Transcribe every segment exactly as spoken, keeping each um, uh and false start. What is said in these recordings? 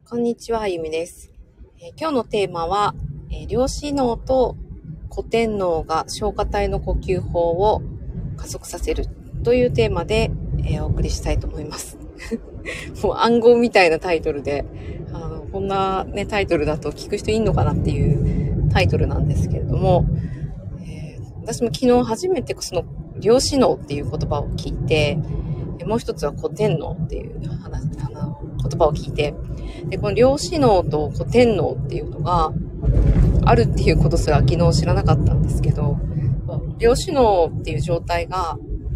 こんにちは、あゆみです。えー今日のテーマは、えー量子脳と古典脳が消化体の呼吸法を加速させるというテーマで、えーお送りしたいと思います。もう暗号みたいなタイトルで、あのこんな、ね、タイトルだと聞く人いんのかなっていうタイトルなんですけれども、えー私も昨日初めてその量子脳っていう言葉を聞いて、もう一つは古典脳っていう話あの言葉を聞いて、でこの量子脳と古典脳っていうのがあるっていうことすら昨日知らなかったんですけど、量子脳っていう状態が、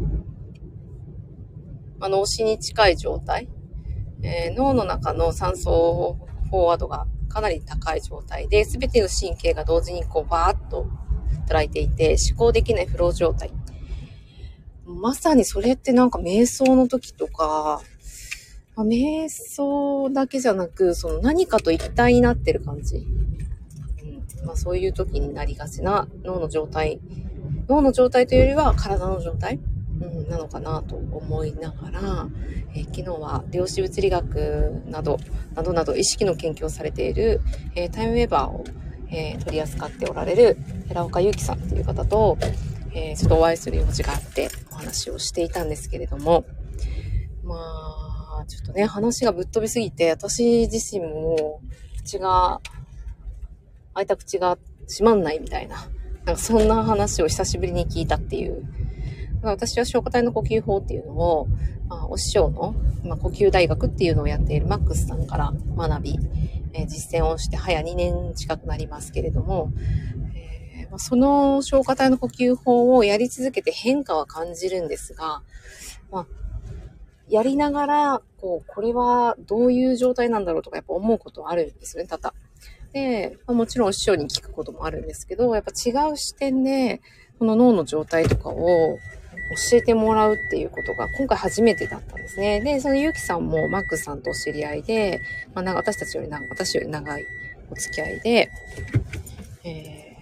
まあ、脳死に近い状態、えー脳の中の酸素飽和度がかなり高い状態で、全ての神経が同時にこうバーッと働いていて、思考できないフロー状態。まさにそれってなんか瞑想の時とか、まあ、瞑想だけじゃなく、その何かと一体になってる感じ。うんまあ、そういう時になりがちな脳の状態。脳の状態というよりは体の状態、うん、なのかなと思いながら、えー昨日は量子物理学など、などなど意識の研究をされている、えータイムウェーバーを、えー取り扱っておられる寺岡祐樹さんという方と、えーちょっとお会いする用事があってお話をしていたんですけれども、まあ、ちょっとね、話がぶっ飛びすぎて、私自身も口が、開いた口が閉まんないみたいな、なんかそんな話を久しぶりに聞いたっていう。私は消化体の呼吸法っていうのを、まあ、お師匠の、まあ、呼吸大学っていうのをやっているマックスさんから学び、えー実践をして早にねん近くなりますけれども、えーまあ、その消化体の呼吸法をやり続けて変化は感じるんですが、まあ、やりながら、こう、これはどういう状態なんだろうとかやっぱ思うことはあるんですよね、多々。で、まあ、もちろん師匠に聞くこともあるんですけど、やっぱ違う視点で、この脳の状態とかを教えてもらうっていうことが今回初めてだったんですね。で、そのゆうきさんもマックスさんとお知り合いで、まあ、なんか私たちより長私より長いお付き合いで、えー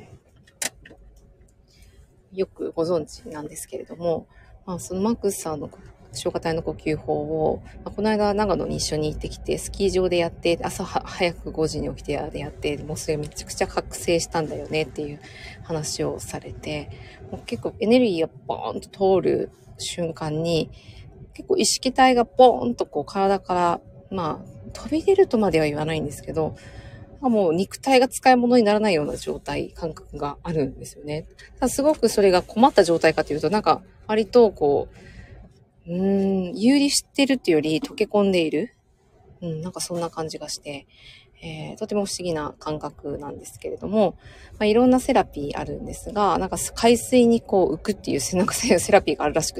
よくご存知なんですけれども、まあ、そのマックスさんの消化体の呼吸法を、まあ、この間長野に一緒に行ってきて、スキー場でやって、朝は早くごじに起きてやって、もうそれめちゃくちゃ覚醒したんだよねっていう話をされて、もう結構エネルギーがボーンと通る瞬間に、結構意識体がボーンとこう体から、まあ、飛び出るとまでは言わないんですけど、もう肉体が使い物にならないような状態、感覚があるんですよね。ただすごくそれが困った状態かというと、なんか割とこう、うーん、有利してるっていうより溶け込んでいる。うん、なんかそんな感じがして、えーとても不思議な感覚なんですけれども、まあ、いろんなセラピーあるんですが、なんか海水にこう浮くっていうなんかセラピーがあるらしくって、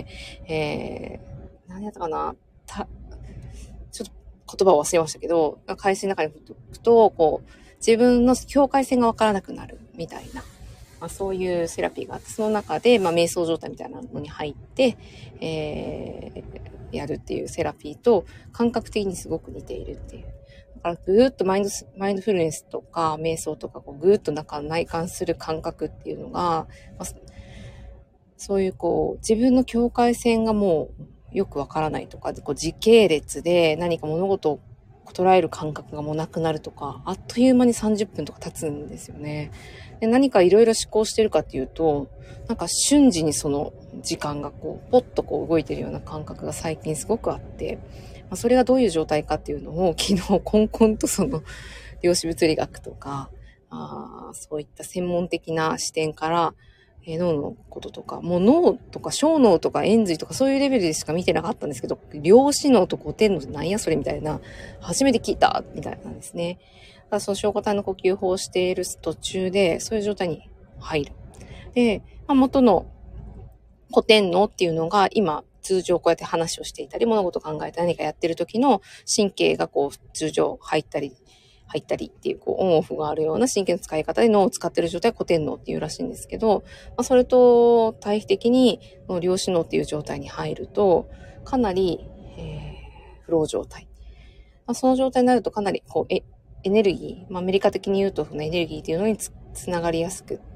えー、何やったかなたちょっと言葉を忘れましたけど、海水の中に吹くと、こう、自分の境界線がわからなくなるみたいな、まあ、そういうセラピーがあって、その中で、まあ、瞑想状態みたいなのに入って、えー、やるっていうセラピーと感覚的にすごく似ているっていう。だからぐーっとマインドス、マインドフルネスとか瞑想とかこうぐーっと中内観する感覚っていうのが、まあ、そういうこう自分の境界線がもうよくわからないとか、こう時系列で何か物事を捉える感覚がもうなくなるとか、あっという間にさんじゅっぷんとか経つんですよね。で何かいろいろ思考してるかっていうと、なんか瞬時にその時間がこうポッとこう動いてるような感覚が最近すごくあって、まあ、それがどういう状態かっていうのを昨日コンコンとその量子物理学とか、あそういった専門的な視点からえー脳のこととか、もう脳とか小脳とか円髄とかそういうレベルでしか見てなかったんですけど、量子脳と古典脳ってなんやそれみたいな、初めて聞いたみたいなんですね。だからその消化体の呼吸法をしている途中で、そういう状態に入る。で、まあ、元の古典脳っていうのが今、通常こうやって話をしていたり、物事を考えたり何かやってる時の神経がこう通常入ったり、入ったりっていう、こう、オンオフがあるような神経の使い方で脳を使ってる状態は古典脳っていうらしいんですけど、まあ、それと対比的に、量子脳っていう状態に入ると、かなり、えー、フロー状態。まあ、その状態になるとかなり、こう、エエネルギー、まあ、アメリカ的に言うと、そのエネルギーっていうのにつ、つながりやすくって、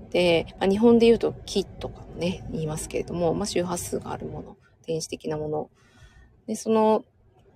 まあ、日本で言うと、気とかね、言いますけれども、まあ、周波数があるもの、電子的なもの。で、その、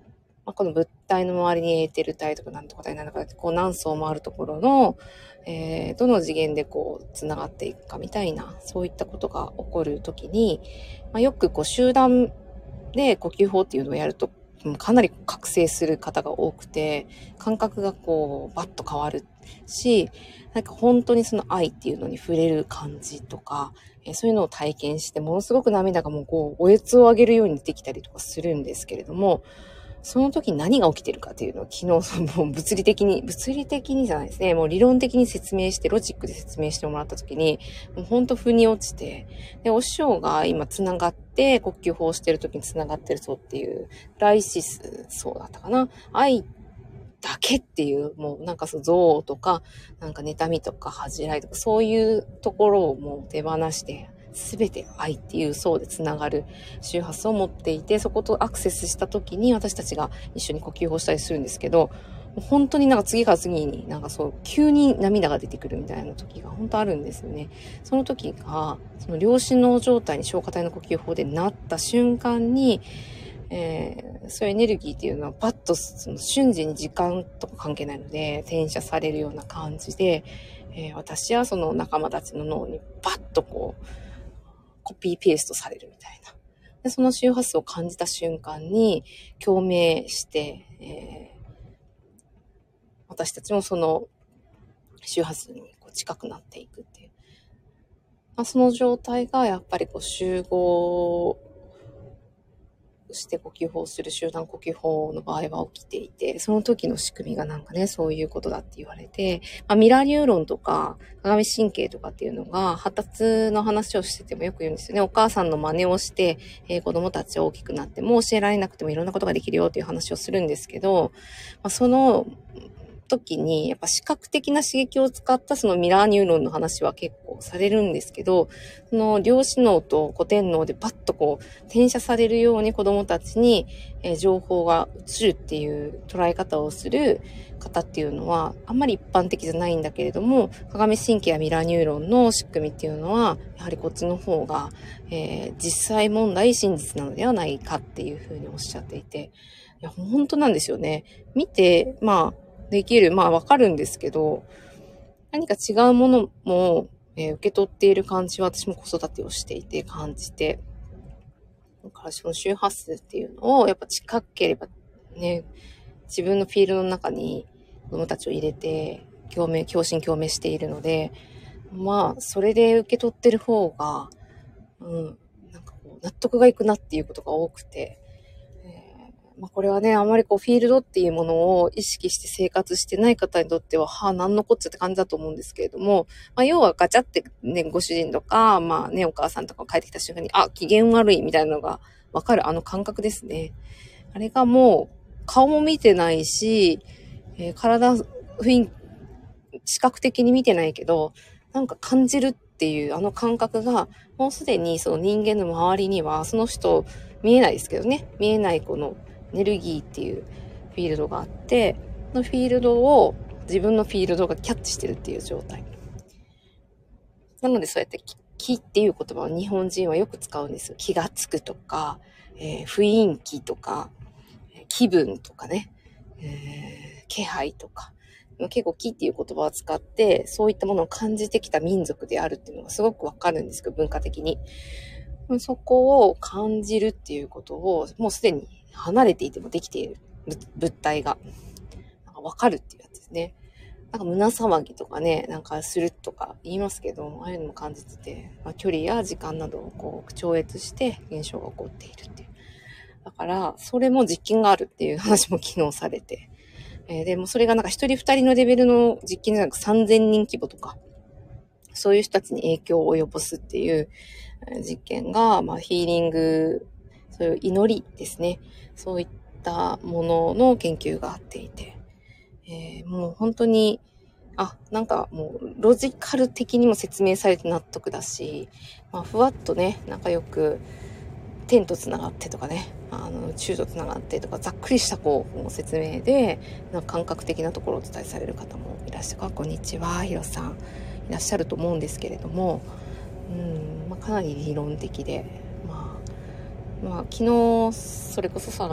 まあ、この物体の周りにエーテル体とかなんとか体なんとかこう何層もあるところの、えー、どの次元でこうつながっていくかみたいな、そういったことが起こるときに、まあ、よくこう集団で呼吸法っていうのをやるとかなり覚醒する方が多くて、感覚がこうバッと変わるし、なんか本当にその愛っていうのに触れる感じとか、えそういうのを体験してものすごく涙がもうこうおえつを上げるように出てきたりとかするんですけれども、その時に何が起きてるかっていうのを昨日その物理的に、物理的にじゃないですね、もう理論的に説明して、ロジックで説明してもらった時に、もうほんと腑に落ちて、で、お師匠が今つながって、呼吸法をしてる時につながってる層っていう、ライシス層だったかな。愛だけっていう、もうなんかそう、憎悪とか、なんか妬みとか恥じらいとか、そういうところをもう手放して、すべて愛っていう層でつながる周波数を持っていて、そことアクセスした時に私たちが一緒に呼吸法したりするんですけど、本当になんか次から次になんかそう急に涙が出てくるみたいな時が本当あるんですよね。その時がその量子脳状態に消化体の呼吸法でなった瞬間に、えー、そういうエネルギーっていうのはパッとその瞬時に時間とか関係ないので転写されるような感じで、えー、私やその仲間たちの脳にパッとこうコピーペーストされるみたいな。で、その周波数を感じた瞬間に共鳴して、えー、私たちもその周波数にこう近くなっていくっていう。まあ、その状態がやっぱりこう集合して呼吸法をする集団呼吸法の場合は起きていて、その時の仕組みがなんかね、そういうことだって言われて、まあ、ミラーニューロンとか鏡神経とかっていうのが発達の話をしててもよく言うんですよね。お母さんの真似をして、えー、子供たちは大きくなっても教えられなくてもいろんなことができるよっていう話をするんですけど、まあ、その時にやっぱ視覚的な刺激を使ったそのミラーニューロンの話は結構されるんですけど、その量子脳と古典脳でバッとこう転写されるように子供たちに、えー、情報が移るっていう捉え方をする方っていうのはあんまり一般的じゃないんだけれども、鏡神経やミラーニューロンの仕組みっていうのはやはりこっちの方が、えー、実際問題真実なのではないかっていうふうにおっしゃっていて、いや本当なんですよね。見てまあできる、まあわかるんですけど、何か違うものも、えー、受け取っている感じは私も子育てをしていて感じて、だからその周波数っていうのをやっぱ近ければね、自分のフィールドの中に子供たちを入れて共鳴、共振共鳴しているので、まあそれで受け取ってる方が、うん、なんかこう納得がいくなっていうことが多くて、まあ、これはね、あまりこうフィールドっていうものを意識して生活してない方にとっては、はあ、なんのこっちゃって感じだと思うんですけれども、まあ、要はガチャってね、ご主人とか、まあね、お母さんとか帰ってきた瞬間に、あ、機嫌悪いみたいなのがわかるあの感覚ですね。あれがもう、顔も見てないし、えー、体、雰囲視覚的に見てないけど、なんか感じるっていうあの感覚が、もうすでにその人間の周りには、その人見えないですけどね、見えないこの、エネルギーっていうフィールドがあって、そのフィールドを自分のフィールドがキャッチしてるっていう状態。なのでそうやって気っていう言葉を日本人はよく使うんですよ。気がつくとか、えー、雰囲気とか、気分とかね、えー、気配とか。結構気っていう言葉を使ってそういったものを感じてきた民族であるっていうのがすごくわかるんですけど、文化的に。そこを感じるっていうことをもうすでに離れていてもできている物体がなんか分かるっていうやつですね。なんか胸騒ぎとかね、なんかするとか言いますけど、ああいうのも感じてて、まあ、距離や時間などをこう超越して現象が起こっているっていう。だからそれも実験があるっていう話も昨日されて、えー、でもそれがなんか一人二人のレベルの実験じゃなくさんぜんにん規模とか、そういう人たちに影響を及ぼすっていう実験が、まあ、ヒーリング、そういう祈りですね。そういったものの研究があっていて、えー、もう本当に、あ、なんかもうロジカル的にも説明されて納得だし、まあ、ふわっとね、仲良く天とつながってとかね、あの宇宙とつながってとか、ざっくりしたこう説明で、なんか感覚的なところをお伝えされる方もいらっしゃる。こんにちは、ひろさんいらっしゃると思うんですけれども、うんまあ、かなり理論的で、まあ、まあ、昨日それこそその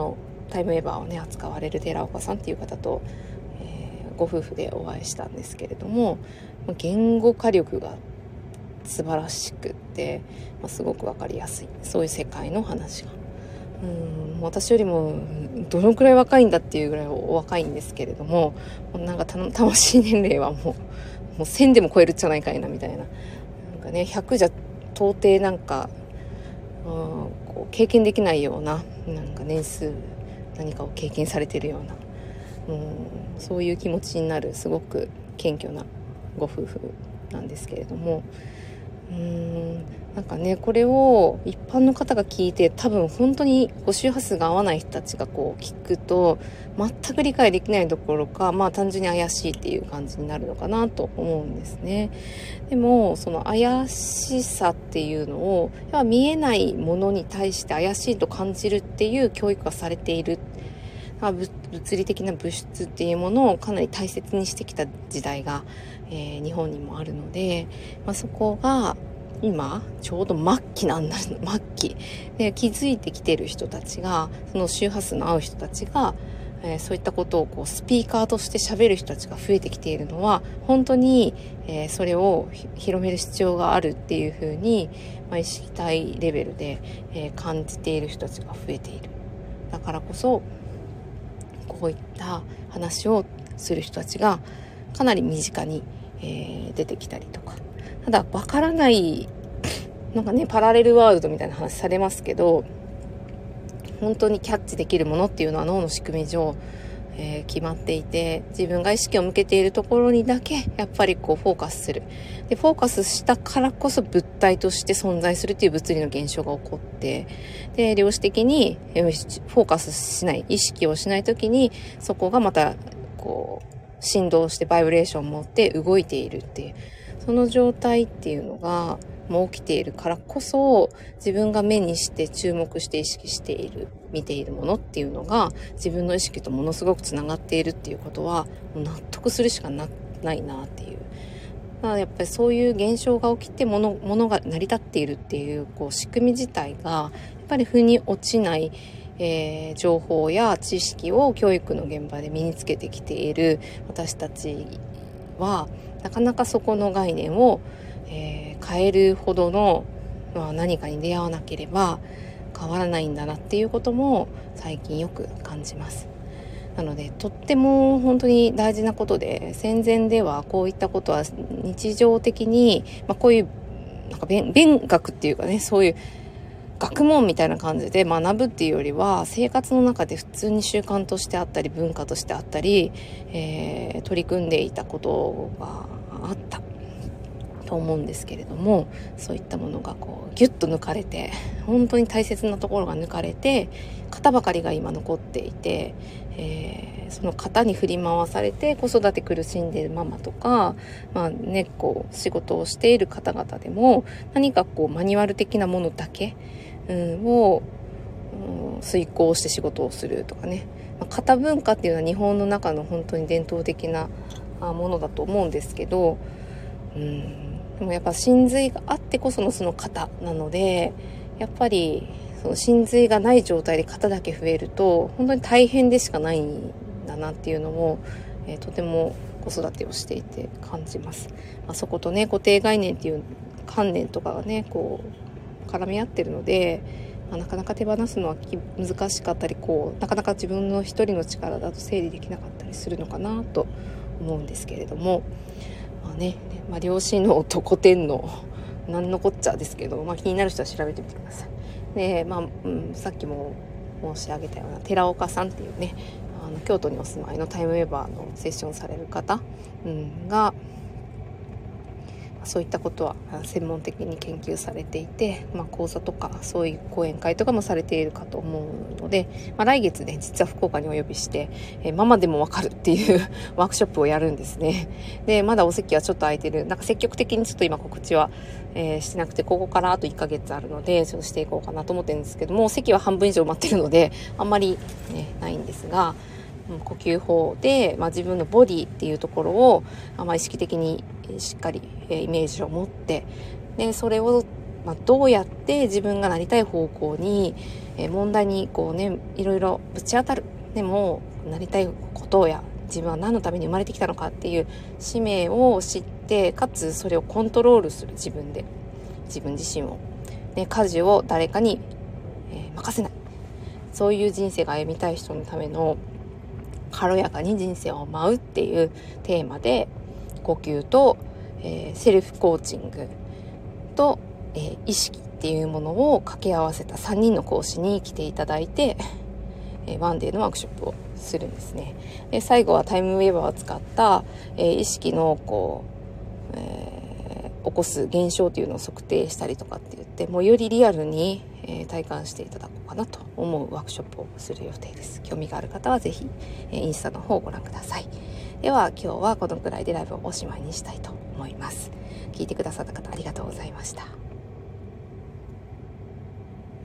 タイムエバーをね扱われる寺岡さんっていう方と、えー、ご夫婦でお会いしたんですけれども、言語化力が素晴らしくって、まあ、すごく分かりやすい、そういう世界の話が、うん私よりもどのくらい若いんだっていうぐらいお若いんですけれども、なんか魂年齢はもう、もうせんでも超えるんじゃないかいなみたいな、なんかねひゃくじゃ到底なんか、うん、こう経験できないような、なんか年数何かを経験されているような、うん、そういう気持ちになるすごく謙虚なご夫婦なんですけれども、うーんなんかねこれを一般の方が聞いて、多分本当にこう周波数が合わない人たちがこう聞くと全く理解できないどころか、まあ単純に怪しいっていう感じになるのかなと思うんですね。でもその怪しさっていうのを見えないものに対して怪しいと感じるっていう教育がされている、物理的な物質っていうものをかなり大切にしてきた時代が、えー、日本にもあるので、まあ、そこが今ちょうど末期なんだ末期で気づいてきてる人たちが、その周波数の合う人たちが、えー、そういったことをこうスピーカーとして喋る人たちが増えてきているのは本当に、えー、それを広める必要があるっていうふうに、まあ、意識体レベルで、えー、感じている人たちが増えている。だからこそこういった話をする人たちがかなり身近に、えー、出てきたりとか、ただわからないなんかねパラレルワールドみたいな話されますけど、本当にキャッチできるものっていうのは脳の仕組み上、えー、決まっていて、自分が意識を向けているところにだけやっぱりこうフォーカスする。でフォーカスしたからこそ物体として存在するっていう物理の現象が起こって、で量子的にフォーカスしない、意識をしないときにそこがまたこう振動してバイブレーションを持って動いているっていう、その状態っていうのがもう起きているからこそ、自分が目にして注目して意識している見ているものっていうのが自分の意識とものすごくつながっているっていうことはもう納得するしか な, ないなっていう。だからやっぱりそういう現象が起きて物、物が成り立っているっていう、こう仕組み自体がやっぱり腑に落ちない、えー、情報や知識を教育の現場で身につけてきている私たちはなかなかそこの概念を、えー、変えるほどの、まあ、何かに出会わなければ変わらないんだなっていうことも最近よく感じます。なのでとっても本当に大事なことで、戦前ではこういったことは日常的に、まあ、こういうなんか 勉, 勉学っていうかね、そういう学問みたいな感じで学ぶっていうよりは生活の中で普通に習慣としてあったり文化としてあったり、えー、取り組んでいたことがあったと思うんですけれども、そういったものがこうギュッと抜かれて、本当に大切なところが抜かれて型ばかりが今残っていて、えー、その型に振り回されて子育て苦しんでいるママとか、まあね、こう仕事をしている方々でも何かこうマニュアル的なものだけ、うん、を、うん、遂行して仕事をするとかね、まあ、型文化っていうのは日本の中の本当に伝統的なものだと思うんですけど、うんでもやっぱ真髄があってこそのその型なので、やっぱりその真髄がない状態で型だけ増えると本当に大変でしかないんだなっていうのを、えー、とても子育てをしていて感じます。まあ、そことね固定概念っていう観念とかがねこう絡み合ってるので、まあ、なかなか手放すのは難しかったり、こうなかなか自分の一人の力だと整理できなかったりするのかなと思うんですけれども、まあね、まあ、両親のと古典の何のこっちゃですけど、まあ、気になる人は調べてみてください。で、まあうん、さっきも申し上げたような寺岡さんっていうね、あの京都にお住まいのタイムウェーバーのセッションされる方、うん、がそういったことは専門的に研究されていて、まあ、講座とかそういう講演会とかもされているかと思うので、まあ、来月ね実は福岡にお呼びして、えー、ママでもわかるっていうワークショップをやるんですね。でまだお席はちょっと空いてる、なんか積極的にちょっと今告知は、えー、してなくて、ここからあといっかげつあるのでちょっとしていこうかなと思ってるんですけども、席は半分以上埋まってるのであんまり、ね、ないんですが、呼吸法で、まあ、自分のボディっていうところを、まあ、意識的にしっかりイメージを持って、でそれをまあ、どうやって自分がなりたい方向に、えー、問題にこうねいろいろぶち当たる。でもなりたいことや自分は何のために生まれてきたのかっていう使命を知って、かつそれをコントロールする。自分で自分自身を、ね、舵を誰かに、えー、任せない。そういう人生が歩みたい人のための軽やかに人生を舞うっていうテーマで、呼吸と、えー、セルフコーチングと、えー、意識っていうものを掛け合わせたさんにんの講師に来ていただいて、えー、ワンデーのワークショップをするんですね。で最後はタイムウェーバーを使った、えー、意識のこう、えー、起こす現象というのを測定したりとかって言って、もうよりリアルに、えー、体感していただこうかなと思うワークショップをする予定です。興味がある方はぜひ、えー、インスタの方をご覧ください。では今日はこのくらいでライブをおしまいにしたいと思います。聞いてくださった方ありがとうございました。